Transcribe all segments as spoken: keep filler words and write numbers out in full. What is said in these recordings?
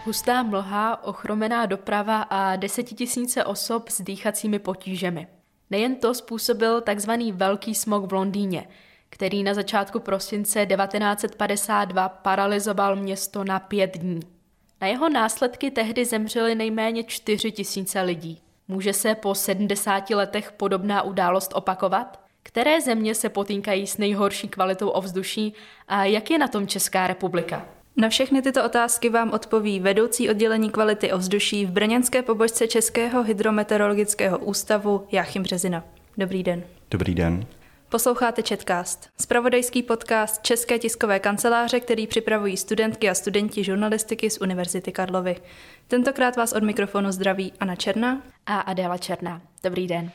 Hustá mlha, ochromená doprava a desetitisíce osob s dýchacími potížemi. Nejen to způsobil takzvaný velký smog v Londýně, který na začátku prosince devatenáct set padesát dva paralyzoval město na pět dní. Na jeho následky tehdy zemřely nejméně čtyři tisíce lidí. Může se po sedmdesáti letech podobná událost opakovat? Které země se potýkají s nejhorší kvalitou ovzduší a jak je na tom Česká republika? Na všechny tyto otázky vám odpoví vedoucí oddělení kvality ovzduší v brněnské pobočce Českého hydrometeorologického ústavu Jáchym Březina. Dobrý den. Dobrý den. Posloucháte Četcast, zpravodajský podcast České tiskové kanceláře, který připravují studentky a studenti žurnalistiky z Univerzity Karlovy. Tentokrát vás od mikrofonu zdraví Anna Černá a Adéla Černá. Dobrý den.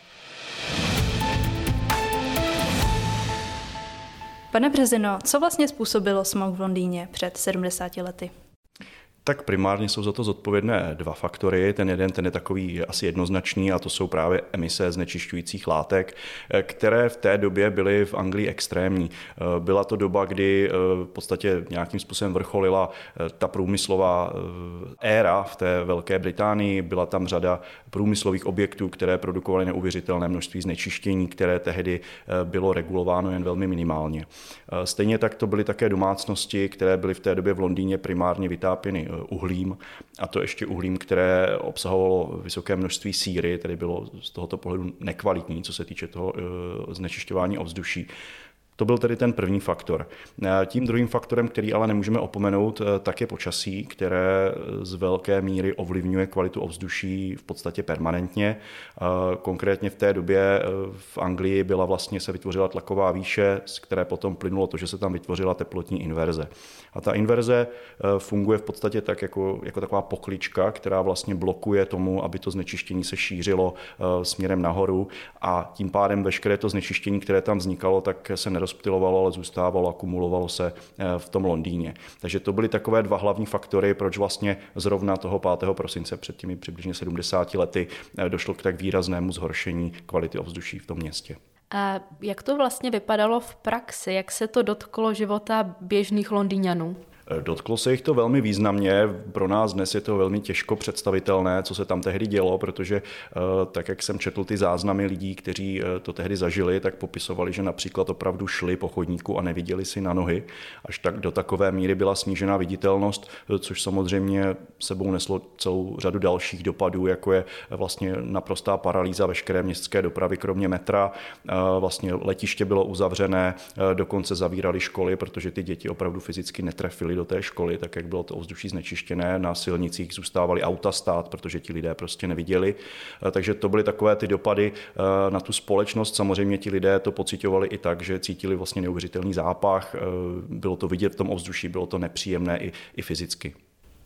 Pane Březino, co vlastně způsobilo smog v Londýně před sedmdesáti lety? Tak primárně jsou za to zodpovědné dva faktory. Ten jeden, ten je takový asi jednoznačný a to jsou právě emise znečišťujících látek, které v té době byly v Anglii extrémní. Byla to doba, kdy v podstatě nějakým způsobem vrcholila ta průmyslová éra v té Velké Británii. Byla tam řada průmyslových objektů, které produkovaly neuvěřitelné množství znečištění, které tehdy bylo regulováno jen velmi minimálně. Stejně tak to byly také domácnosti, které byly v té době v Londýně primárně vytápěny uhlím, a to ještě uhlím, které obsahovalo vysoké množství síry, tedy bylo z tohoto pohledu nekvalitní, co se týče toho znečišťování ovzduší. To byl tedy ten první faktor. Tím druhým faktorem, který ale nemůžeme opomenout, tak je počasí, které z velké míry ovlivňuje kvalitu ovzduší v podstatě permanentně. Konkrétně v té době v Anglii byla vlastně se vytvořila tlaková výše, z které potom plynulo to, že se tam vytvořila teplotní inverze. A ta inverze funguje v podstatě tak jako, jako taková poklička, která vlastně blokuje tomu, aby to znečištění se šířilo směrem nahoru a tím pádem veškeré to znečištění, které tam vznikalo, tak se rozptylovalo, ale zůstávalo, akumulovalo se v tom Londýně. Takže to byly takové dva hlavní faktory, proč vlastně zrovna toho pátého prosince před těmi přibližně sedmdesáti lety došlo k tak výraznému zhoršení kvality ovzduší v tom městě. A jak to vlastně vypadalo v praxi? Jak se to dotklo života běžných Londýňanů? Dotklo se jich to velmi významně. Pro nás dnes je to velmi těžko představitelné, co se tam tehdy dělo, protože tak, jak jsem četl ty záznamy lidí, kteří to tehdy zažili, tak popisovali, že například opravdu šli po chodníku a neviděli si na nohy. Až tak do takové míry byla snížená viditelnost, což samozřejmě sebou neslo celou řadu dalších dopadů, jako je vlastně naprostá paralýza veškeré městské dopravy, kromě metra. Vlastně letiště bylo uzavřené, dokonce zavírali školy, protože ty děti opravdu fyzicky netrefily do té školy, tak jak bylo to ovzduší znečištěné, na silnicích zůstávaly auta stát, protože ti lidé prostě neviděli. Takže to byly takové ty dopady na tu společnost. Samozřejmě ti lidé to pociťovali i tak, že cítili vlastně neuvěřitelný zápach. Bylo to vidět v tom ovzduší, bylo to nepříjemné i, i fyzicky.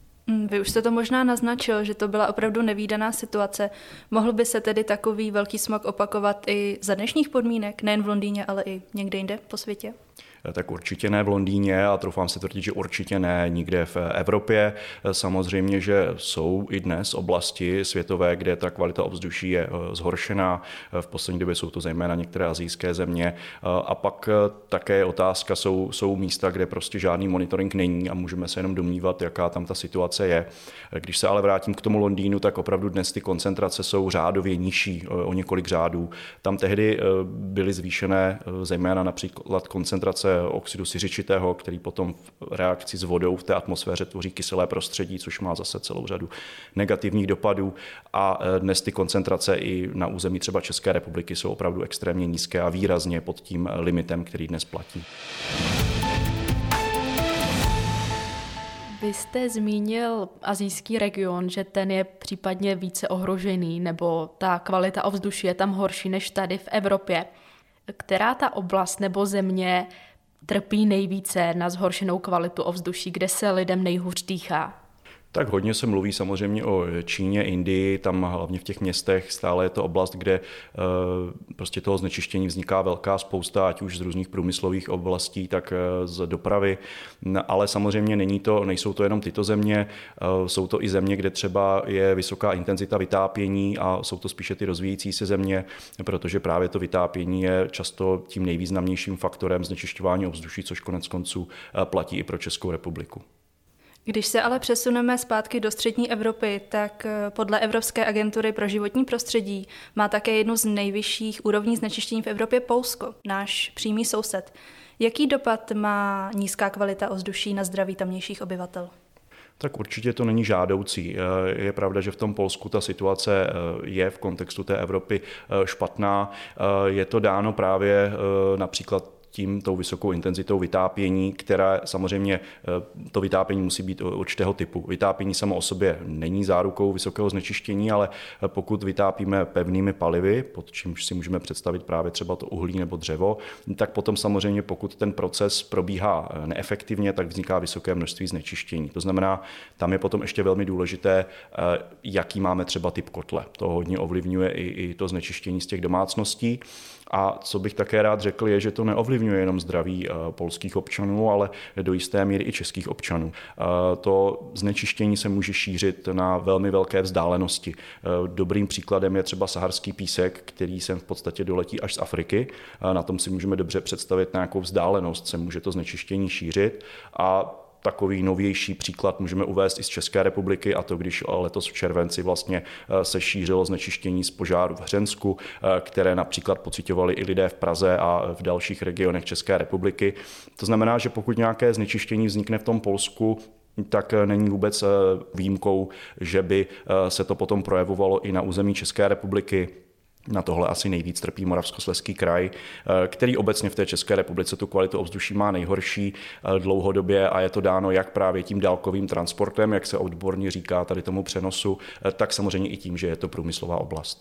Vy už jste to možná naznačil, že to byla opravdu nevídaná situace. Mohl by se tedy takový velký smog opakovat i za dnešních podmínek, nejen v Londýně, ale i někde jinde po světě? Tak určitě ne v Londýně a troufám si tvrdit, že určitě ne nikde v Evropě. Samozřejmě, že jsou i dnes oblasti světové, kde ta kvalita ovzduší je zhoršená. V poslední době jsou to zejména některé asijské země. A pak také otázka jsou, jsou místa, kde prostě žádný monitoring není a můžeme se jenom domnívat, jaká tam ta situace je. Když se ale vrátím k tomu Londýnu, tak opravdu dnes ty koncentrace jsou řádově nižší o několik řádů. Tam tehdy byly zvýšené zejména například koncentrace oxidu siřičitého, který potom v reakci s vodou v té atmosféře tvoří kyselé prostředí, což má zase celou řadu negativních dopadů. A dnes ty koncentrace i na území třeba České republiky jsou opravdu extrémně nízké a výrazně pod tím limitem, který dnes platí. Vy jste zmínil asijský region, že ten je případně více ohrožený, nebo ta kvalita ovzduší je tam horší než tady v Evropě. Která ta oblast nebo země trpí nejvíce na zhoršenou kvalitu ovzduší, kde se lidem nejhůř dýchá? Tak hodně se mluví samozřejmě o Číně, Indii, tam hlavně v těch městech stále je to oblast, kde prostě toho znečištění vzniká velká spousta, ať už z různých průmyslových oblastí, tak z dopravy, ale samozřejmě není to, nejsou to jenom tyto země, jsou to i země, kde třeba je vysoká intenzita vytápění a jsou to spíše ty rozvíjející se země, protože právě to vytápění je často tím nejvýznamnějším faktorem znečišťování ovzduší, což konec konců platí i pro Českou republiku. Když se ale přesuneme zpátky do střední Evropy, tak podle Evropské agentury pro životní prostředí má také jednu z nejvyšších úrovní znečištění v Evropě Polsko, náš přímý soused. Jaký dopad má nízká kvalita ovzduší na zdraví tamnějších obyvatel? Tak určitě to není žádoucí. Je pravda, že v tom Polsku ta situace je v kontextu té Evropy špatná. Je to dáno právě například tím tou vysokou intenzitou vytápění, která samozřejmě to vytápění musí být určitého typu. Vytápění samo o sobě není zárukou vysokého znečištění, ale pokud vytápíme pevnými palivy, pod čímž si můžeme představit právě třeba to uhlí nebo dřevo, tak potom samozřejmě pokud ten proces probíhá neefektivně, tak vzniká vysoké množství znečištění. To znamená, tam je potom ještě velmi důležité, jaký máme třeba typ kotle. To hodně ovlivňuje i, i to znečištění z těch domácností. A co bych také rád řekl, je, že to neovlivňuje jenom zdraví polských občanů, ale do jisté míry i českých občanů. To znečištění se může šířit na velmi velké vzdálenosti. Dobrým příkladem je třeba saharský písek, který sem v podstatě doletí až z Afriky. Na tom si můžeme dobře představit, na jakou vzdálenost se může to znečištění šířit. A takový novější příklad můžeme uvést i z České republiky, a to když letos v červenci vlastně se šířilo znečištění z požáru v Hřensku, které například pociťovali i lidé v Praze a v dalších regionech České republiky. To znamená, že pokud nějaké znečištění vznikne v tom Polsku, tak není vůbec výjimkou, že by se to potom projevovalo i na území České republiky. Na tohle asi nejvíc trpí Moravskoslezský kraj, který obecně v té České republice tu kvalitu ovzduší má nejhorší dlouhodobě a je to dáno jak právě tím dálkovým transportem, jak se odborně říká tady tomu přenosu, tak samozřejmě i tím, že je to průmyslová oblast.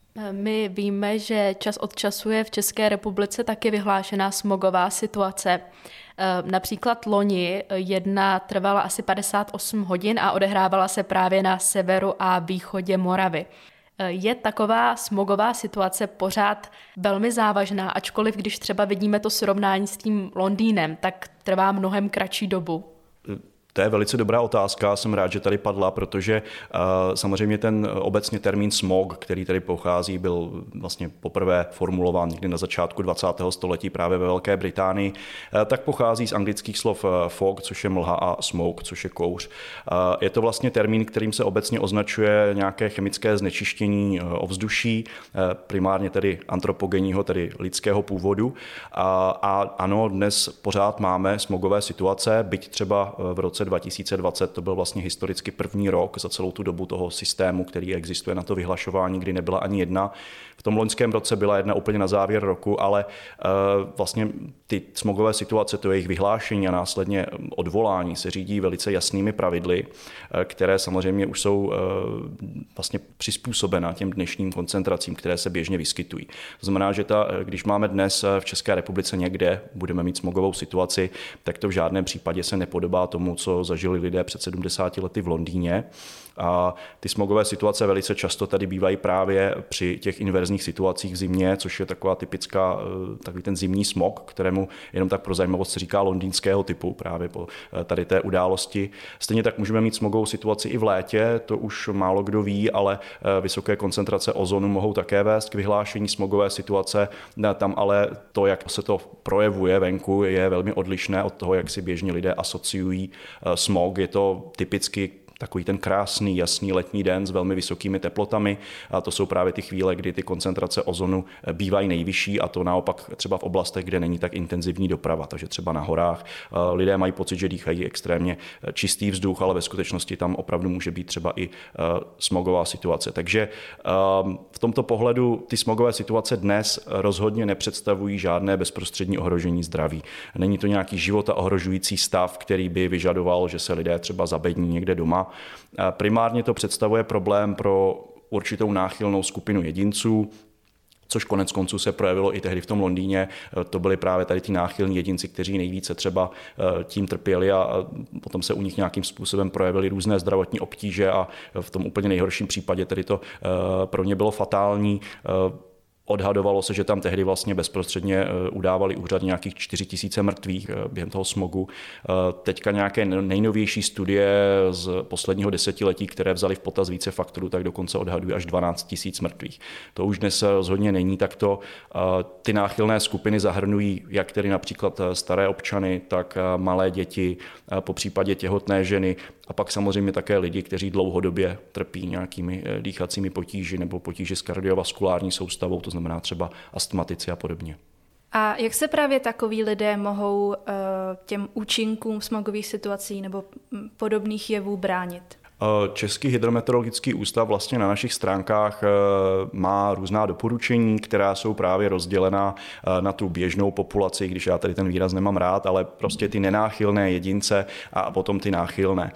My víme, že čas od času je v České republice taky vyhlášená smogová situace. Například loni jedna trvala asi padesát osm hodin a odehrávala se právě na severu a východě Moravy. Je taková smogová situace pořád velmi závažná, ačkoliv když třeba vidíme to srovnání s tím Londýnem, tak trvá mnohem kratší dobu. To je velice dobrá otázka, jsem rád, že tady padla, protože uh, samozřejmě ten obecně termín smog, který tady pochází, byl vlastně poprvé formulován někdy na začátku dvacátého století právě ve Velké Británii, uh, tak pochází z anglických slov uh, fog, což je mlha, a smoke, což je kouř. Uh, je to vlastně termín, kterým se obecně označuje nějaké chemické znečištění uh, ovzduší, uh, primárně tedy antropogenního, tedy lidského původu. Uh, a ano, dnes pořád máme smogové situace, byť třeba v roce dva tisíce dvacet to byl vlastně historicky první rok za celou tu dobu toho systému, který existuje na to vyhlašování, kdy nebyla ani jedna. V tom loňském roce byla jedna úplně na závěr roku, ale uh, vlastně ty smogové situace, to jejich vyhlášení a následně odvolání se řídí velice jasnými pravidly, uh, které samozřejmě už jsou uh, vlastně přizpůsobená těm dnešním koncentracím, které se běžně vyskytují. To znamená, že ta, když máme dnes v České republice někde, budeme mít smogovou situaci, tak to v žádném případě se nepodobá tomu, co zažili lidé před sedmdesáti lety v Londýně. A ty smogové situace velice často tady bývají právě při těch inverzních situacích v zimě, což je taková typická, takový ten zimní smog, kterému jenom tak pro zajímavost se říká londýnského typu právě po tady té události. Stejně tak můžeme mít smogovou situaci i v létě, to už málo kdo ví, ale vysoké koncentrace ozonu mohou také vést k vyhlášení smogové situace. Tam ale to, jak se to projevuje venku, je velmi odlišné od toho, jak si běžně lidé asociují smog. Je to typicky takový ten krásný, jasný letní den s velmi vysokými teplotami. A to jsou právě ty chvíle, kdy ty koncentrace ozonu bývají nejvyšší, a to naopak třeba v oblastech, kde není tak intenzivní doprava. Takže třeba na horách lidé mají pocit, že dýchají extrémně čistý vzduch, ale ve skutečnosti tam opravdu může být třeba i smogová situace. Takže v tomto pohledu ty smogové situace dnes rozhodně nepředstavují žádné bezprostřední ohrožení zdraví. Není to nějaký života ohrožující stav, který by vyžadoval, že se lidé třeba zabední někde doma. Primárně to představuje problém pro určitou náchylnou skupinu jedinců, což konec konců se projevilo i tehdy v tom Londýně. To byli právě tady ty náchylní jedinci, kteří nejvíce třeba tím trpěli a potom se u nich nějakým způsobem projevily různé zdravotní obtíže a v tom úplně nejhorším případě tedy to pro ně bylo fatální. Odhadovalo se, že tam tehdy vlastně bezprostředně udávali úřad nějakých čtyři tisíce mrtvých během toho smogu. Teďka nějaké nejnovější studie z posledního desetiletí, které vzaly v potaz více faktorů, tak dokonce odhadují až dvanáct tisíc mrtvých. To už dnes rozhodně není takto. Ty náchylné skupiny zahrnují jak tedy například staré občany, tak malé děti, po případě těhotné ženy a pak samozřejmě také lidi, kteří dlouhodobě trpí nějakými dýchacími potíži nebo potíži s kardiovaskulární soustavou, to znamená třeba astmatici a podobně. A jak se právě takoví lidé mohou uh, těm účinkům smogových situací nebo podobných jevů bránit? Český hydrometeorologický ústav vlastně na našich stránkách má různá doporučení, která jsou právě rozdělená na tu běžnou populaci, když já tady ten výraz nemám rád, ale prostě ty nenáchylné jedince a potom ty náchylné.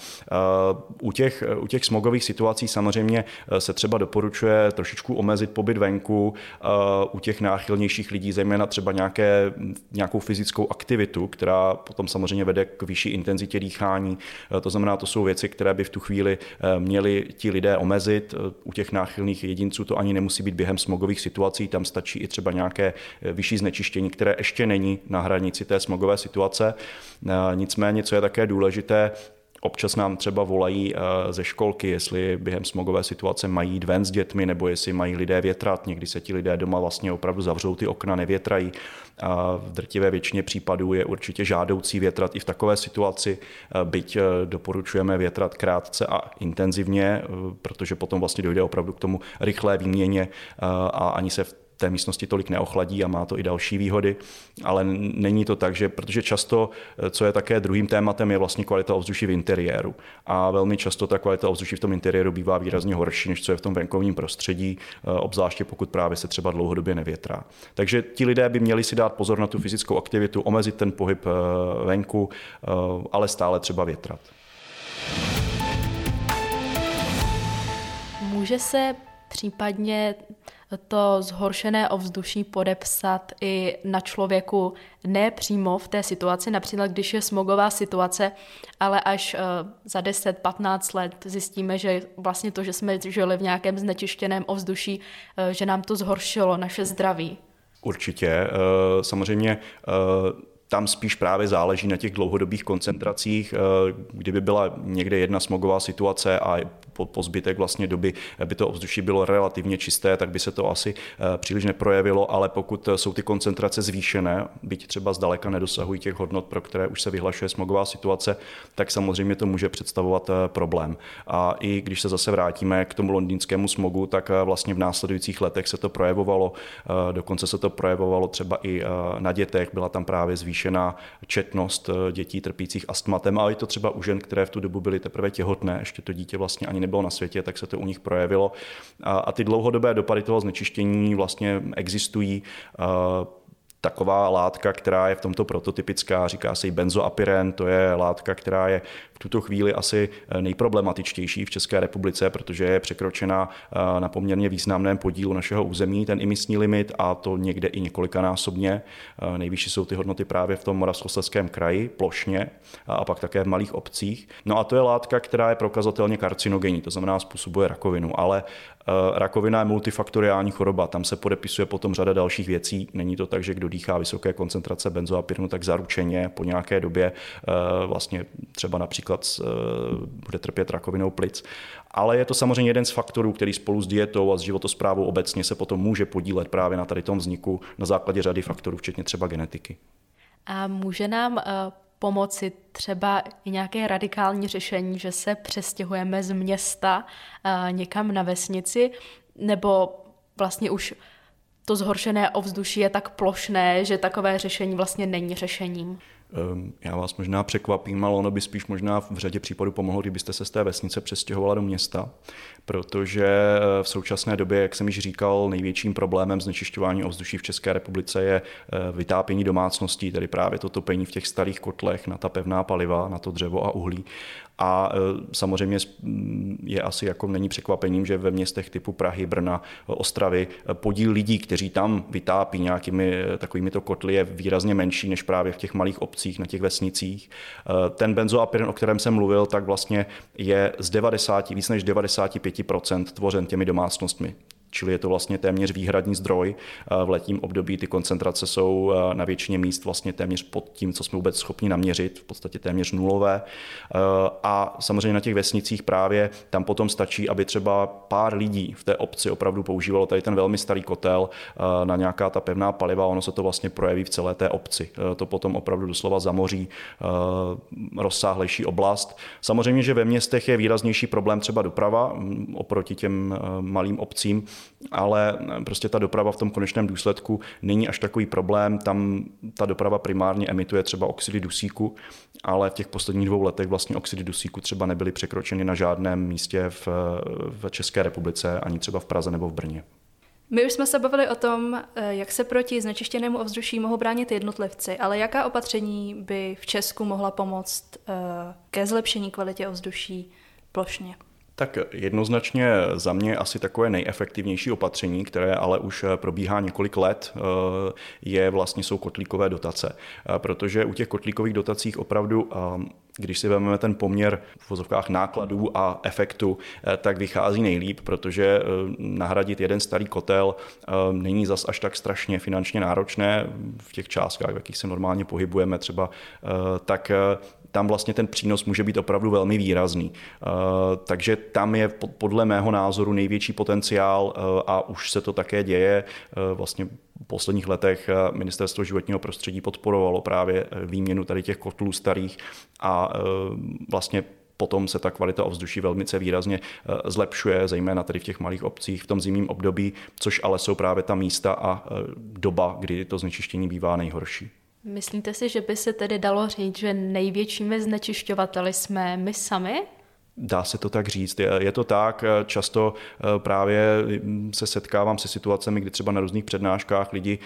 U těch, u těch smogových situací samozřejmě se třeba doporučuje trošičku omezit pobyt venku, u těch náchylnějších lidí zejména třeba nějaké, nějakou fyzickou aktivitu, která potom samozřejmě vede k vyšší intenzitě dýchání. To znamená, to jsou věci, které by v tu chvíli měli ti lidé omezit. U těch náchylných jedinců to ani nemusí být během smogových situací, tam stačí i třeba nějaké vyšší znečištění, které ještě není na hranici té smogové situace. Nicméně, co je také důležité, občas nám třeba volají ze školky, jestli během smogové situace mají jít ven s dětmi, nebo jestli mají lidé větrat. Někdy se ti lidé doma vlastně opravdu zavřou ty okna, nevětrají. A v drtivé většině případů je určitě žádoucí větrat i v takové situaci, byť doporučujeme větrat krátce a intenzivně, protože potom vlastně dojde opravdu k tomu rychlé výměně a ani se v té místnosti tolik neochladí a má to i další výhody, ale není to tak, že, protože často, co je také druhým tématem, je vlastně kvalita ovzduší v interiéru. A velmi často ta kvalita ovzduší v tom interiéru bývá výrazně horší, než co je v tom venkovním prostředí, obzvláště pokud právě se třeba dlouhodobě nevětrá. Takže ti lidé by měli si dát pozor na tu fyzickou aktivitu, omezit ten pohyb venku, ale stále třeba větrat. Může se případně to zhoršené ovzduší podepsat i na člověku ne přímo v té situaci, například když je smogová situace, ale až za deset patnáct let zjistíme, že vlastně to, že jsme žili v nějakém znečištěném ovzduší, že nám to zhoršilo naše zdraví. Určitě. Samozřejmě tam spíš právě záleží na těch dlouhodobých koncentracích. Kdyby byla někde jedna smogová situace a po zbytek vlastně doby by to ovzduší bylo relativně čisté, tak by se to asi příliš neprojevilo, ale pokud jsou ty koncentrace zvýšené, byť třeba zdaleka nedosahují těch hodnot, pro které už se vyhlašuje smogová situace, tak samozřejmě to může představovat problém. A i když se zase vrátíme k tomu londýnskému smogu, tak vlastně v následujících letech se to projevovalo, dokonce se to projevovalo třeba i na dětech, byla tam právě zvýšená četnost dětí trpících astmatem, ale i to třeba u žen, které v tu dobu byly teprve těhotné, ještě to dítě vlastně ani nebylo na světě, tak se to u nich projevilo. A, a ty dlouhodobé dopady toho znečištění vlastně existují. Taková látka, která je v tomto prototypická, říká se jí benzoapyren, to je látka, která je v tuto chvíli asi nejproblematičtější v České republice, protože je překročena na poměrně významném podílu našeho území, ten imisní limit, a to někde i několikanásobně. Nejvyšší jsou ty hodnoty právě v tom Moravskoslezském kraji, plošně, a pak také v malých obcích. No a to je látka, která je prokazatelně karcinogenní, to znamená způsobuje rakovinu, ale rakovina je multifaktoriální choroba, tam se podepisuje potom řada dalších věcí. Není to tak, že kdo dýchá vysoké koncentrace benzoapyrenu, tak zaručeně po nějaké době vlastně třeba například bude trpět rakovinou plic. Ale je to samozřejmě jeden z faktorů, který spolu s dietou a s životosprávou obecně se potom může podílet právě na tady tom vzniku na základě řady faktorů, včetně třeba genetiky. A může nám uh... pomoci třeba i nějaké radikální řešení, že se přestěhujeme z města uh, někam na vesnici, nebo vlastně už to zhoršené ovzduší je tak plošné, že takové řešení vlastně není řešením? Já vás možná překvapím, ale ono by spíš možná v řadě případů pomohlo, kdybyste se z té vesnice přestěhovala do města, protože v současné době, jak jsem již říkal, největším problémem znečišťování ovzduší v České republice je vytápění domácností, tedy právě to topení v těch starých kotlech na ta pevná paliva, na to dřevo a uhlí. A samozřejmě je asi jako není překvapením, že ve městech typu Prahy, Brna, Ostravy podíl lidí, kteří tam vytápí nějakými takovými to kotly, je výrazně menší než právě v těch malých obcích, na těch vesnicích. Ten benzoapyren, o kterém jsem mluvil, tak vlastně je z devadesát, víc než devadesát pět procent tvořen těmi domácnostmi. čili je to vlastně téměř výhradní zdroj. V letním období ty koncentrace jsou na většině míst vlastně téměř pod tím, co jsme vůbec schopni naměřit, v podstatě téměř nulové. A samozřejmě na těch vesnicích právě tam potom stačí, aby třeba pár lidí v té obci opravdu používalo tady ten velmi starý kotel na nějaká ta pevná paliva, ono se to vlastně projeví v celé té obci. To potom opravdu doslova zamoří rozsáhlejší oblast. Samozřejmě, že ve městech je výraznější problém třeba doprava oproti těm malým obcím, ale prostě ta doprava v tom konečném důsledku není až takový problém. Tam ta doprava primárně emituje třeba oxidy dusíku, ale v těch posledních dvou letech vlastně oxidy dusíku třeba nebyly překročeny na žádném místě v, v České republice, ani třeba v Praze nebo v Brně. My už jsme se bavili o tom, jak se proti znečištěnému ovzduší mohou bránit jednotlivci, ale jaká opatření by v Česku mohla pomoct ke zlepšení kvality ovzduší plošně? Tak jednoznačně za mě asi takové nejefektivnější opatření, které ale už probíhá několik let, je vlastně jsou kotlíkové dotace. Protože u těch kotlíkových dotacích opravdu, když si vezmeme ten poměr v vozovkách nákladů a efektu, tak vychází nejlíp, protože nahradit jeden starý kotel není zas až tak strašně finančně náročné v těch částkách, v jakých se normálně pohybujeme třeba, tak tam vlastně ten přínos může být opravdu velmi výrazný. Takže tam je podle mého názoru největší potenciál a už se to také děje. Vlastně v posledních letech Ministerstvo životního prostředí podporovalo právě výměnu tady těch kotlů starých a vlastně potom se ta kvalita ovzduší velmi výrazně zlepšuje, zejména tady v těch malých obcích v tom zimním období, což ale jsou právě ta místa a doba, kdy to znečištění bývá nejhorší. Myslíte si, že by se tedy dalo říct, že největšími znečišťovateli jsme my sami? Dá se to tak říct. Je to tak, často právě se setkávám se situacemi, kdy třeba na různých přednáškách lidi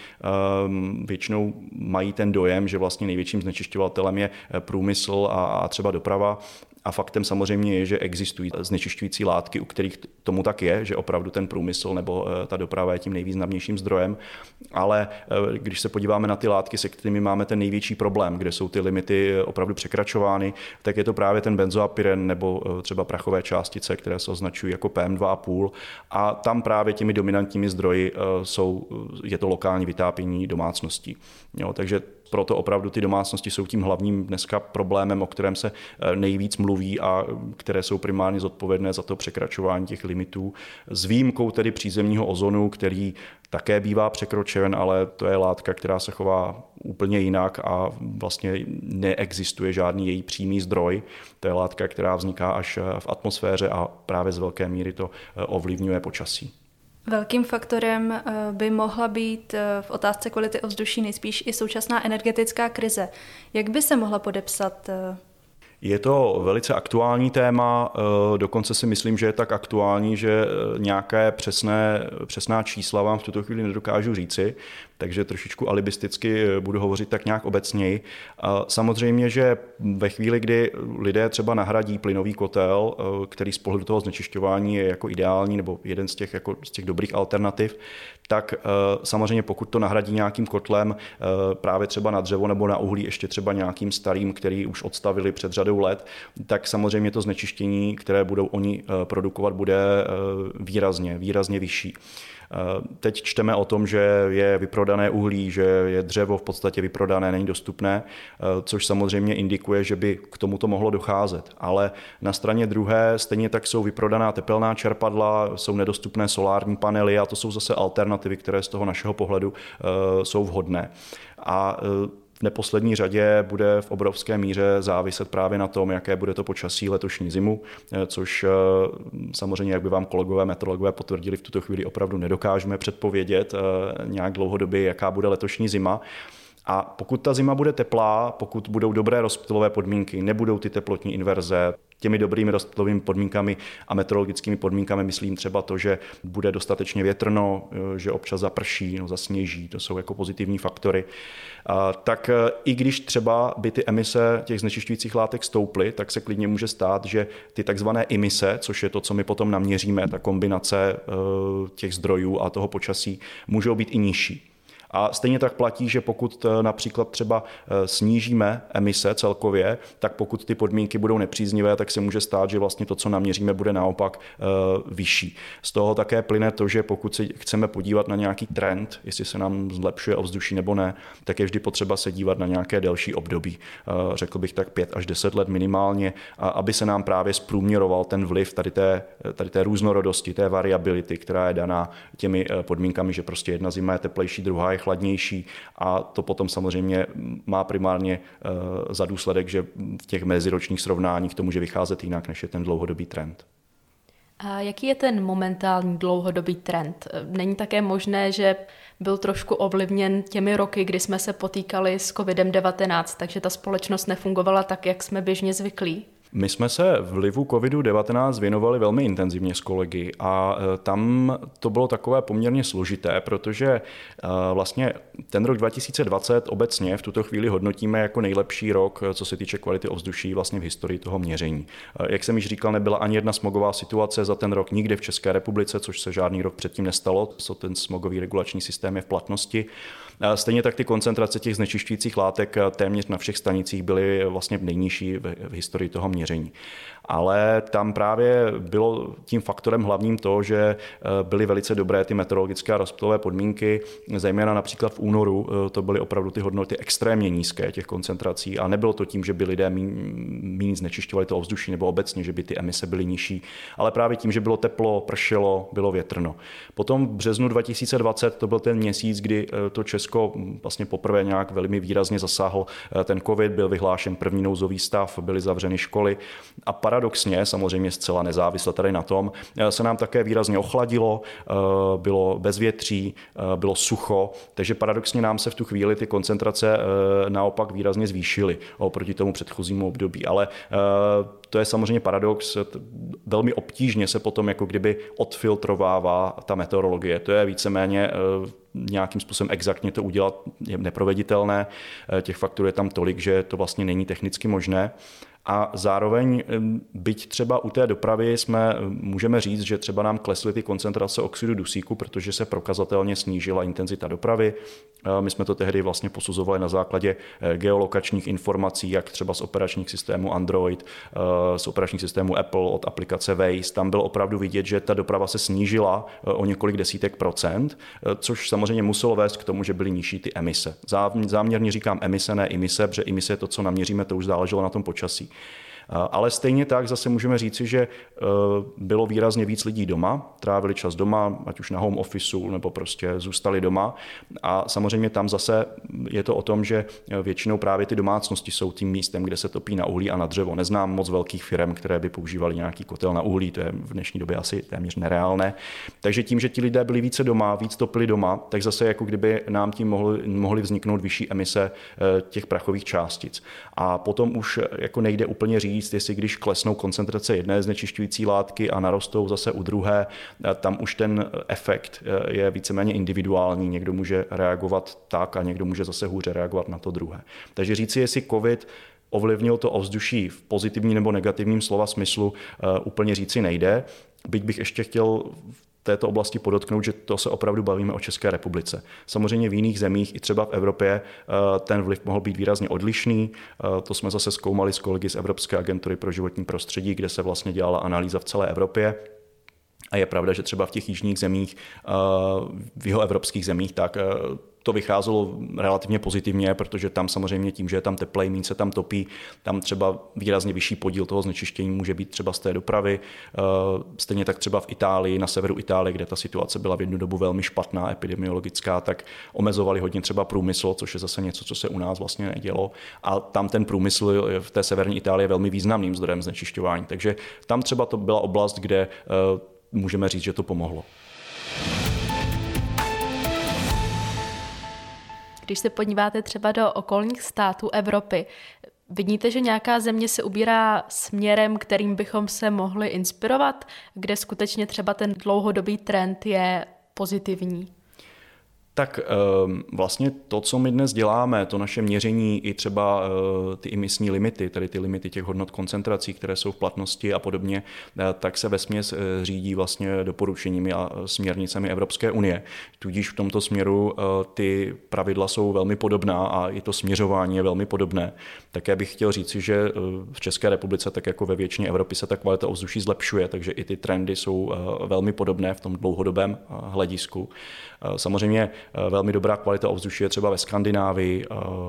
většinou mají ten dojem, že vlastně největším znečišťovatelem je průmysl a třeba doprava. A faktem samozřejmě je, že existují znečišťující látky, u kterých tomu tak je, že opravdu ten průmysl nebo ta doprava je tím nejvýznamnějším zdrojem. Ale když se podíváme na ty látky, se kterými máme ten největší problém, kde jsou ty limity opravdu překračovány, tak je to právě ten benzoapyren nebo třeba prachové částice, které se označují jako P M dva a půl. A tam právě těmi dominantními zdroji jsou, je to lokální vytápění domácností. Jo, takže proto opravdu ty domácnosti jsou tím hlavním dneska problémem, o kterém se nejvíc mluví a které jsou primárně zodpovědné za to překračování těch limitů. S výjimkou tedy přízemního ozonu, který také bývá překročen, ale to je látka, která se chová úplně jinak a vlastně neexistuje žádný její přímý zdroj. To je látka, která vzniká až v atmosféře a právě z velké míry to ovlivňuje počasí. Velkým faktorem by mohla být v otázce kvality ovzduší nejspíš i současná energetická krize. Jak by se mohla podepsat? Je to velice aktuální téma, dokonce si myslím, že je tak aktuální, že nějaké přesné, přesná čísla vám v tuto chvíli nedokážu říci, takže trošičku alibisticky budu hovořit tak nějak obecněji. Samozřejmě, že ve chvíli, kdy lidé třeba nahradí plynový kotel, který z pohledu toho znečišťování je jako ideální nebo jeden z těch, jako z těch dobrých alternativ, tak samozřejmě pokud to nahradí nějakým kotlem právě třeba na dřevo nebo na uhlí, ještě třeba nějakým starým, který už odstavili před řadou let, tak samozřejmě to znečištění, které budou oni produkovat, bude výrazně, výrazně vyšší. Teď čteme o tom, že je vyprodané uhlí, že je dřevo v podstatě vyprodané, není dostupné, což samozřejmě indikuje, že by k tomuto mohlo docházet. Ale na straně druhé stejně tak jsou vyprodaná tepelná čerpadla, jsou nedostupné solární panely a to jsou zase alternativy, které z toho našeho pohledu jsou vhodné. A v neposlední řadě bude v obrovské míře záviset právě na tom, jaké bude to počasí letošní zimu, což samozřejmě, jak by vám kolegové meteorologové potvrdili, v tuto chvíli opravdu nedokážeme předpovědět nějak dlouhodobě, jaká bude letošní zima. A pokud ta zima bude teplá, pokud budou dobré rozptylové podmínky, nebudou ty teplotní inverze, těmi dobrými rozptylovými podmínkami a meteorologickými podmínkami myslím třeba to, že bude dostatečně větrno, že občas zaprší, no, zasněží, to jsou jako pozitivní faktory. Tak i když třeba by ty emise těch znečišťujících látek stouply, tak se klidně může stát, že ty takzvané emise, což je to, co my potom naměříme, ta kombinace těch zdrojů a toho počasí, můžou být i nižší. A stejně tak platí, že pokud například třeba snížíme emise celkově, tak pokud ty podmínky budou nepříznivé, tak se může stát, že vlastně to, co naměříme, bude naopak vyšší. Z toho také plyne to, že pokud se chceme podívat na nějaký trend, jestli se nám zlepšuje ovzduší nebo ne, tak je vždy potřeba se dívat na nějaké delší období. Řekl bych tak pět až deset let minimálně, aby se nám právě zprůměroval ten vliv tady té, tady té různorodosti, té variability, která je daná těmi podmínkami, že prostě jedna zima je teplejší, druhá je chladnější a to potom samozřejmě má primárně za důsledek, že v těch meziročních srovnáních to může vycházet jinak, než je ten dlouhodobý trend. A jaký je ten momentální dlouhodobý trend? Není také možné, že byl trošku ovlivněn těmi roky, kdy jsme se potýkali s kovidem devatenáct, takže ta společnost nefungovala tak, jak jsme běžně zvyklí? My jsme se vlivu kovidu devatenáct věnovali velmi intenzivně s kolegy a tam to bylo takové poměrně složité, protože vlastně ten rok dva tisíce dvacet obecně v tuto chvíli hodnotíme jako nejlepší rok, co se týče kvality ovzduší vlastně v historii toho měření. Jak jsem již říkal, nebyla ani jedna smogová situace za ten rok nikde v České republice, což se žádný rok předtím nestalo, co ten smogový regulační systém je v platnosti. Stejně tak ty koncentrace těch znečišťujících látek téměř na všech stanicích byly vlastně nejnižší v historii toho měření. Ale tam právě bylo tím faktorem hlavním to, že byly velice dobré ty meteorologické a rozptylové podmínky, zejména například v únoru to byly opravdu ty hodnoty extrémně nízké těch koncentrací a nebylo to tím, že by lidé méně znečišťovali to ovzduší nebo obecně, že by ty emise byly nižší, ale právě tím, že bylo teplo, pršelo, bylo větrno. Potom v březnu dva tisíce dvacet to byl ten měsíc, kdy to Česko vlastně poprvé nějak velmi výrazně zasáhl ten covid, byl vyhlášen první nouzový stav, byly zavřeny školy a paradoxně, samozřejmě zcela nezávisle tady na tom, se nám také výrazně ochladilo, bylo bezvětří, bylo sucho, takže paradoxně nám se v tu chvíli ty koncentrace naopak výrazně zvýšily oproti tomu předchozímu období. Ale to je samozřejmě paradox, velmi obtížně se potom jako kdyby odfiltrovává ta meteorologie. To je víceméně nějakým způsobem exaktně to udělat je neproveditelné. Těch faktorů je tam tolik, že to vlastně není technicky možné. A zároveň, byť třeba u té dopravy jsme, můžeme říct, že třeba nám klesly ty koncentrace oxidu dusíku, protože se prokazatelně snížila intenzita dopravy. My jsme to tehdy vlastně posuzovali na základě geolokačních informací, jak třeba z operačních systémů Android, z operačních systémů Apple, od aplikace Waze. Tam bylo opravdu vidět, že ta doprava se snížila o několik desítek procent, což samozřejmě muselo vést k tomu, že byly nižší ty emise. Záměrně říkám emise, ne imise, protože imise je to, co naměříme, to už záleželo na tom počasí. Ale stejně tak zase můžeme říci, že bylo výrazně víc lidí doma, trávili čas doma, ať už na home officeu, nebo prostě zůstali doma. A samozřejmě tam zase je to o tom, že většinou právě ty domácnosti jsou tím místem, kde se topí na uhlí a na dřevo. Neznám moc velkých firm, které by používaly nějaký kotel na uhlí, to je v dnešní době asi téměř nereálné. Takže tím, že ti lidé byli více doma, víc topili doma, tak zase jako kdyby nám tím mohly, mohly vzniknout vyšší emise těch prachových částic. A potom už jako nejde úplně říct, jestli když klesnou koncentrace jedné znečišťující látky a narostou zase u druhé, tam už ten efekt je víceméně individuální. Někdo může reagovat tak a někdo může zase hůře reagovat na to druhé. Takže říci, jestli covid ovlivnil to ovzduší v pozitivním nebo negativním slova smyslu, úplně říci nejde. Byť bych ještě chtěl této oblasti podotknout, že to se opravdu bavíme o České republice. Samozřejmě v jiných zemích, i třeba v Evropě, ten vliv mohl být výrazně odlišný. To jsme zase zkoumali s kolegy z Evropské agentury pro životní prostředí, kde se vlastně dělala analýza v celé Evropě. A je pravda, že třeba v těch jižních zemích, v jihoevropských zemích, tak to vycházelo relativně pozitivně, protože tam samozřejmě tím, že je tam teplej, méně se tam topí, tam třeba výrazně vyšší podíl toho znečištění může být třeba z té dopravy. Stejně tak třeba v Itálii, na severu Itálie, kde ta situace byla v jednu dobu velmi špatná, epidemiologická, tak omezovali hodně třeba průmysl, což je zase něco, co se u nás vlastně nedělo. A tam ten průmysl v té severní Itálii je velmi významným zdrojem znečišťování. Takže tam třeba to byla oblast, kde můžeme říct, že to pomohlo. Když se podíváte třeba do okolních států Evropy, vidíte, že nějaká země se ubírá směrem, kterým bychom se mohli inspirovat, kde skutečně třeba ten dlouhodobý trend je pozitivní? Tak vlastně to, co my dnes děláme, to naše měření i třeba ty imisní limity, tedy ty limity těch hodnot koncentrací, které jsou v platnosti a podobně, tak se vesměs řídí vlastně doporučeními a směrnicemi Evropské unie. Tudíž v tomto směru ty pravidla jsou velmi podobná a i to směřování je velmi podobné. Také bych chtěl říci, že v České republice, tak jako ve většině Evropy, se ta kvalita ovzduší zlepšuje, takže i ty trendy jsou velmi podobné v tom dlouhodobém hledisku. Samozřejmě velmi dobrá kvalita ovzduší je třeba ve Skandinávii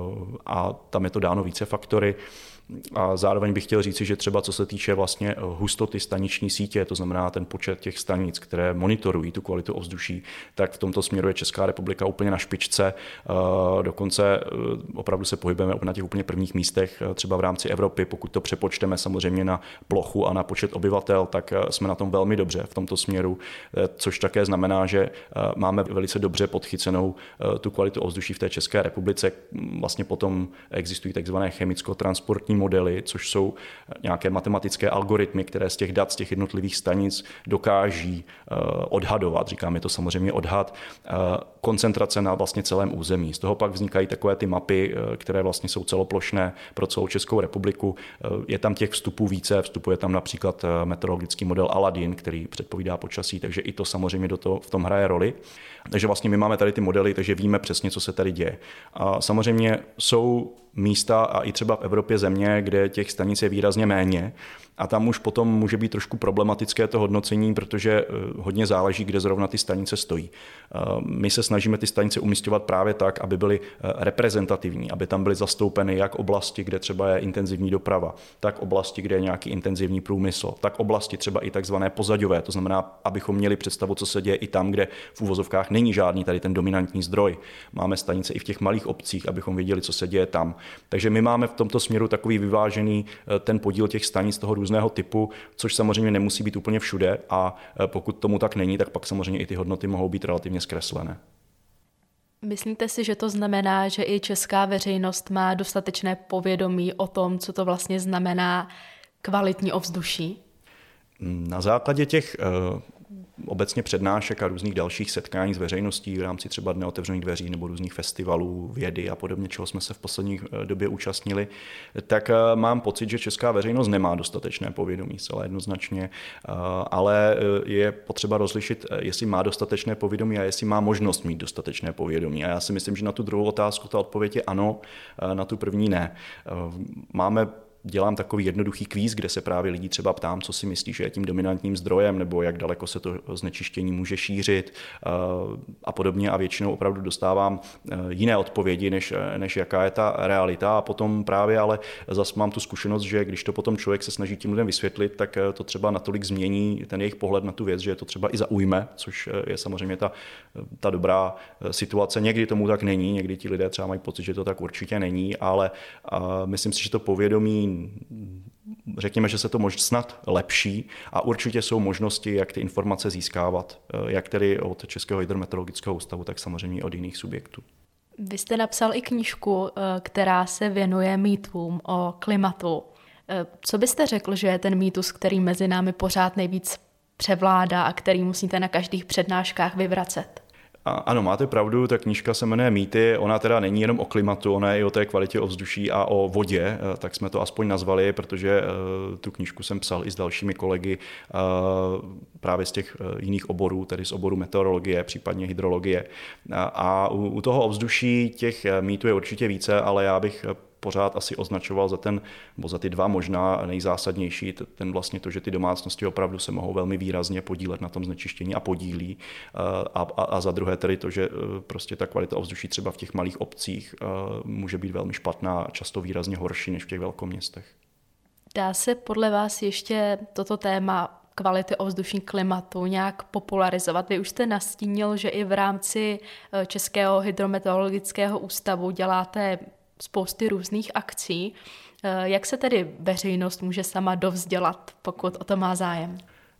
a tam je to dáno více faktory. A zároveň bych chtěl říci, že třeba co se týče vlastně hustoty staniční sítě, to znamená ten počet těch stanic, které monitorují tu kvalitu ovzduší, tak v tomto směru je Česká republika úplně na špičce. Dokonce opravdu se pohybujeme na těch úplně prvních místech, třeba v rámci Evropy. Pokud to přepočteme samozřejmě na plochu a na počet obyvatel, tak jsme na tom velmi dobře v tomto směru, což také znamená, že máme velice dobře podchycenou tu kvalitu ovzduší v té České republice. Vlastně potom existují takzvané chemicko-transportní modely, což jsou nějaké matematické algoritmy, které z těch dat z těch jednotlivých stanic dokáží odhadovat, říkáme to samozřejmě odhad, koncentrace na vlastně celém území. Z toho pak vznikají takové ty mapy, které vlastně jsou celoplošné pro celou Českou republiku. Je tam těch vstupů více, vstupuje tam například meteorologický model Aladin, který předpovídá počasí, takže i to samozřejmě do toho, v tom hraje roli. Takže vlastně my máme tady ty modely, takže víme přesně, co se tady děje. A samozřejmě jsou místa a i třeba v Evropě země, kde těch stanic je výrazně méně a tam už potom může být trošku problematické to hodnocení, protože hodně záleží, kde zrovna ty stanice stojí. My se snažíme ty stanice umisťovat právě tak, aby byly reprezentativní, aby tam byly zastoupeny jak oblasti, kde třeba je intenzivní doprava, tak oblasti, kde je nějaký intenzivní průmysl, tak oblasti třeba i takzvané pozadové, to znamená, abychom měli představu, co se děje i tam, kde v uvozovkách není žádný tady ten dominantní zdroj. Máme stanice i v těch malých obcích, abychom věděli, co se děje tam. Takže my máme v tomto směru takový vyvážený ten podíl těch stanic toho různého typu, což samozřejmě nemusí být úplně všude a pokud tomu tak není, tak pak samozřejmě i ty hodnoty mohou být relativně zkreslené. Myslíte si, že to znamená, že i česká veřejnost má dostatečné povědomí o tom, co to vlastně znamená kvalitní ovzduší? Na základě těch uh, obecně přednášek a různých dalších setkání s veřejností v rámci třeba Dne otevřených dveří nebo různých festivalů, vědy a podobně, čeho jsme se v poslední době účastnili, tak mám pocit, že česká veřejnost nemá dostatečné povědomí, zcela jednoznačně, ale je potřeba rozlišit, jestli má dostatečné povědomí a jestli má možnost mít dostatečné povědomí. A já si myslím, že na tu druhou otázku ta odpověď je ano, na tu první ne. Máme Dělám takový jednoduchý kvíz, kde se právě lidí třeba ptám, co si myslí, že je tím dominantním zdrojem, nebo jak daleko se to znečištění může šířit a podobně. A většinou opravdu dostávám jiné odpovědi, než, než jaká je ta realita. A potom právě ale zase mám tu zkušenost, že když to potom člověk se snaží tím lidem vysvětlit, tak to třeba natolik změní ten jejich pohled na tu věc, že je to třeba i zaujme, což je samozřejmě ta, ta dobrá situace. Někdy tomu tak není, někdy ti lidé třeba mají pocit, že to tak určitě není, ale myslím si, že to povědomí, řekněme, že se to možná snad lepší a určitě jsou možnosti, jak ty informace získávat, jak tedy od Českého hydrometeorologického ústavu, tak samozřejmě od jiných subjektů. Vy jste napsal i knížku, která se věnuje mýtům o klimatu. Co byste řekl, že je ten mýtus, který mezi námi pořád nejvíc převládá a který musíte na každých přednáškách vyvracet? Ano, máte pravdu, ta knížka se jmenuje Mýty, ona teda není jenom o klimatu, ona je i o té kvalitě ovzduší a o vodě, tak jsme to aspoň nazvali, protože tu knížku jsem psal i s dalšími kolegy právě z těch jiných oborů, tedy z oboru meteorologie, případně hydrologie. A u toho ovzduší těch mýtů je určitě více, ale já bych pořád asi označoval za ten, nebo za ty dva možná nejzásadnější, ten vlastně to, že ty domácnosti opravdu se mohou velmi výrazně podílet na tom znečištění a podílí. A, a, a za druhé tedy to, že prostě ta kvalita ovzduší třeba v těch malých obcích může být velmi špatná a často výrazně horší než v těch velkoměstech. Dá se podle vás ještě toto téma kvality ovzduší, klimatu nějak popularizovat? Vy už jste nastínil, že i v rámci Českého hydrometeorologického ústavu děláte spousty různých akcí. Jak se tedy veřejnost může sama dovzdělat, pokud o to má zájem?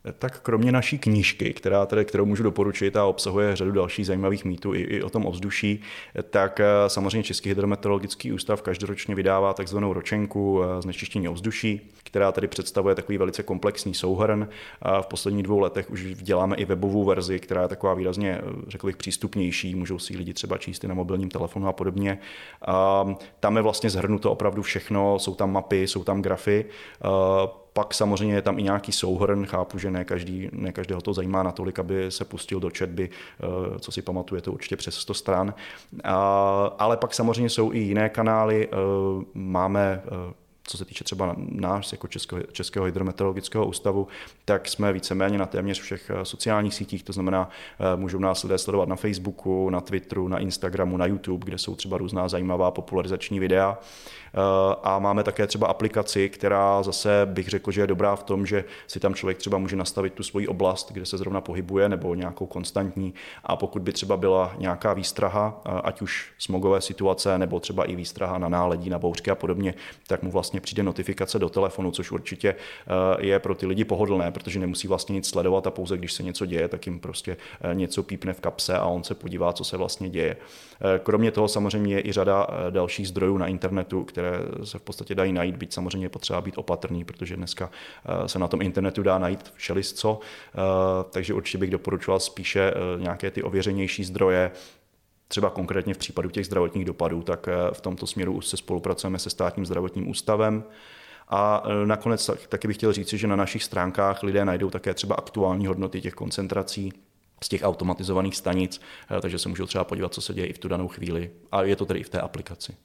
Tak kromě naší knížky, která tedy, kterou můžu doporučit a obsahuje řadu dalších zajímavých mýtů i, i o tom ovzduší, tak samozřejmě Český hydrometeorologický ústav každoročně vydává takzvanou ročenku znečištění ovzduší, která tady představuje takový velice komplexní souhrn. V posledních dvou letech už děláme i webovou verzi, která je taková výrazně, řekl bych, přístupnější. Můžou si lidi třeba číst i na mobilním telefonu a podobně. Tam je vlastně shrnuto opravdu všechno, jsou tam mapy, jsou tam grafy. Pak samozřejmě je tam i nějaký souhrn, chápu, že ne, každý, ne každého to zajímá natolik, aby se pustil do četby, co si pamatuje, to určitě přes sto stran. Ale pak samozřejmě jsou i jiné kanály, máme... Co se týče třeba nás jako Českého, Českého hydrometeorologického ústavu, tak jsme víceméně na téměř všech sociálních sítích, to znamená, můžou nás lidé sledovat na Facebooku, na Twitteru, na Instagramu, na YouTube, kde jsou třeba různá zajímavá popularizační videa. A máme také třeba aplikaci, která zase bych řekl, že je dobrá v tom, že si tam člověk třeba může nastavit tu svoji oblast, kde se zrovna pohybuje, nebo nějakou konstantní. A pokud by třeba byla nějaká výstraha, ať už smogové situace, nebo třeba i výstraha na náledí, na bouřky a podobně, tak mu vlastně přijde notifikace do telefonu, což určitě je pro ty lidi pohodlné, protože nemusí vlastně nic sledovat a pouze když se něco děje, tak jim prostě něco pípne v kapse a on se podívá, co se vlastně děje. Kromě toho samozřejmě je i řada dalších zdrojů na internetu, které se v podstatě dají najít, byť samozřejmě je potřeba být opatrný, protože dneska se na tom internetu dá najít všelisco, takže určitě bych doporučoval spíše nějaké ty ověřenější zdroje. Třeba konkrétně v případu těch zdravotních dopadů, tak v tomto směru už se spolupracujeme se Státním zdravotním ústavem. A nakonec taky bych chtěl říci, že na našich stránkách lidé najdou také třeba aktuální hodnoty těch koncentrací z těch automatizovaných stanic, takže se můžou třeba podívat, co se děje i v tu danou chvíli. A je to tedy i v té aplikaci.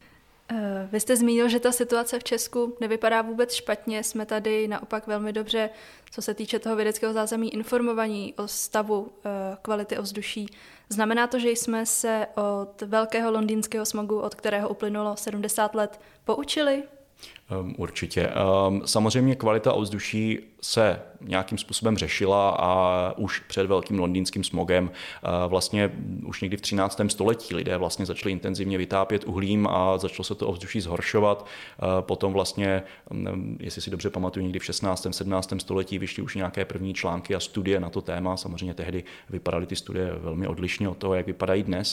Vy jste zmínil, že ta situace v Česku nevypadá vůbec špatně, jsme tady naopak velmi dobře, co se týče toho vědeckého zázemí, informovaní o stavu kvality ovzduší. Znamená to, že jsme se od velkého londýnského smogu, od kterého uplynulo sedmdesát let, poučili? Um, určitě. Um, samozřejmě kvalita ovzduší se nějakým způsobem řešila a už před velkým londýnským smogem uh, vlastně už někdy v třináctém století lidé vlastně začali intenzivně vytápět uhlím a začalo se to ovzduší zhoršovat. Uh, potom vlastně, um, jestli si dobře pamatuju, někdy v šestnáctém sedmnáctém století vyšly už nějaké první články a studie na to téma. Samozřejmě tehdy vypadaly ty studie velmi odlišně od toho, jak vypadají dnes.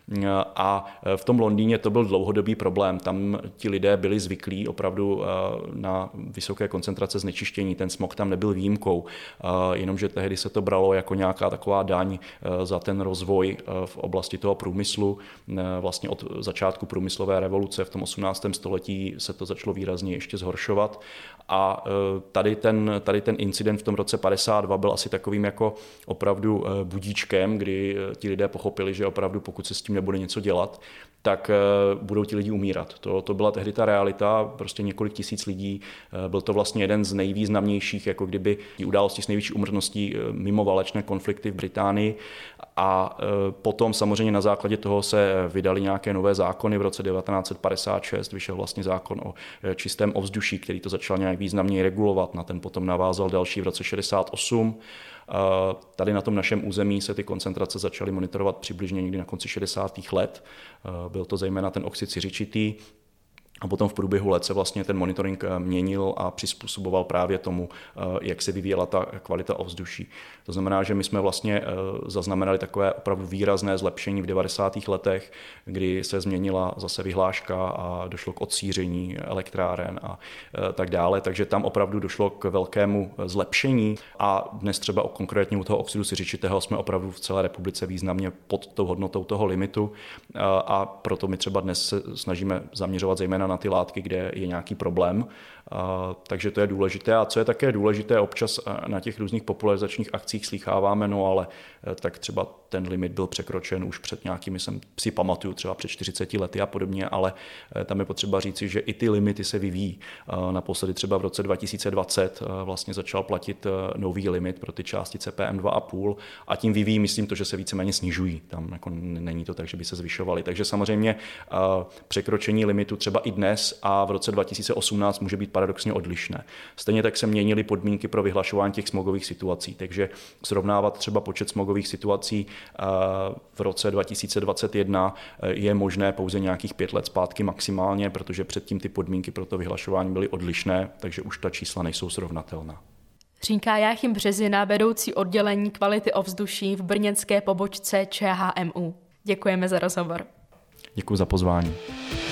A v tom Londýně to byl dlouhodobý problém. Tam ti lidé byli zvyklí opravdu na vysoké koncentrace znečištění. Ten smog tam nebyl výjimkou, jenomže tehdy se to bralo jako nějaká taková daň za ten rozvoj v oblasti toho průmyslu. Vlastně od začátku průmyslové revoluce v tom osmnáctém století se to začalo výrazně ještě zhoršovat. A tady ten, tady ten incident v tom roce padesát dva byl asi takovým jako opravdu budíčkem, kdy ti lidé pochopili, že opravdu pokud se s tím nebude něco dělat, tak budou ti lidi umírat. To, to byla tehdy ta realita, prostě několik tisíc lidí. Byl to vlastně jeden z nejvýznamnějších, jako kdyby událostí s největší úmrtností mimo válečné konflikty v Británii. A potom samozřejmě na základě toho se vydaly nějaké nové zákony. V roce devatenáct set padesát šest vyšel vlastně zákon o čistém ovzduší, který to začal nějak významněji regulovat. Na ten potom navázal další v roce šedesát osm. Tady na tom našem území se ty koncentrace začaly monitorovat přibližně někdy na konci šedesátých let. Byl to zejména ten oxid siřičitý. A potom v průběhu let se vlastně ten monitoring měnil a přizpůsoboval právě tomu, jak se vyvíjela ta kvalita ovzduší. To znamená, že my jsme vlastně zaznamenali takové opravdu výrazné zlepšení v devadesátých letech, kdy se změnila zase vyhláška a došlo k odsíření elektráren a tak dále. Takže tam opravdu došlo k velkému zlepšení a dnes třeba o konkrétně u toho oxidu siřičitého jsme opravdu v celé republice významně pod tou hodnotou toho limitu a proto my třeba dnes se snažíme zaměřovat zejména na ty látky, kde je nějaký problém. A, takže to je důležité. A co je také důležité, občas na těch různých popularizačních akcích slýcháváme, no ale tak třeba ten limit byl překročen už před nějakými, jsem si pamatuju, třeba před čtyřiceti lety a podobně, ale tam je potřeba říci, že i ty limity se vyvíjí. Naposledy třeba v roce dva tisíce dvacet vlastně začal platit nový limit pro ty částice P M dva a půl a tím vyvíjí, myslím to, že se víceméně snižují. Tam jako není to tak, že by se zvyšovaly. Takže samozřejmě překročení limitu třeba i dnes a v roce dva tisíce osmnáct může být paradoxně odlišné. Stejně tak se měnily podmínky pro vyhlašování těch smogových situací, takže srovnávat třeba počet smogových situací v roce dva tisíce dvacet jedna je možné pouze nějakých pět let zpátky maximálně, protože předtím ty podmínky pro to vyhlašování byly odlišné, takže už ta čísla nejsou srovnatelná. říká Jáchym Březina, vedoucí oddělení kvality ovzduší v brněnské pobočce Č H M U. Děkujeme za rozhovor. Děkuji za pozvání.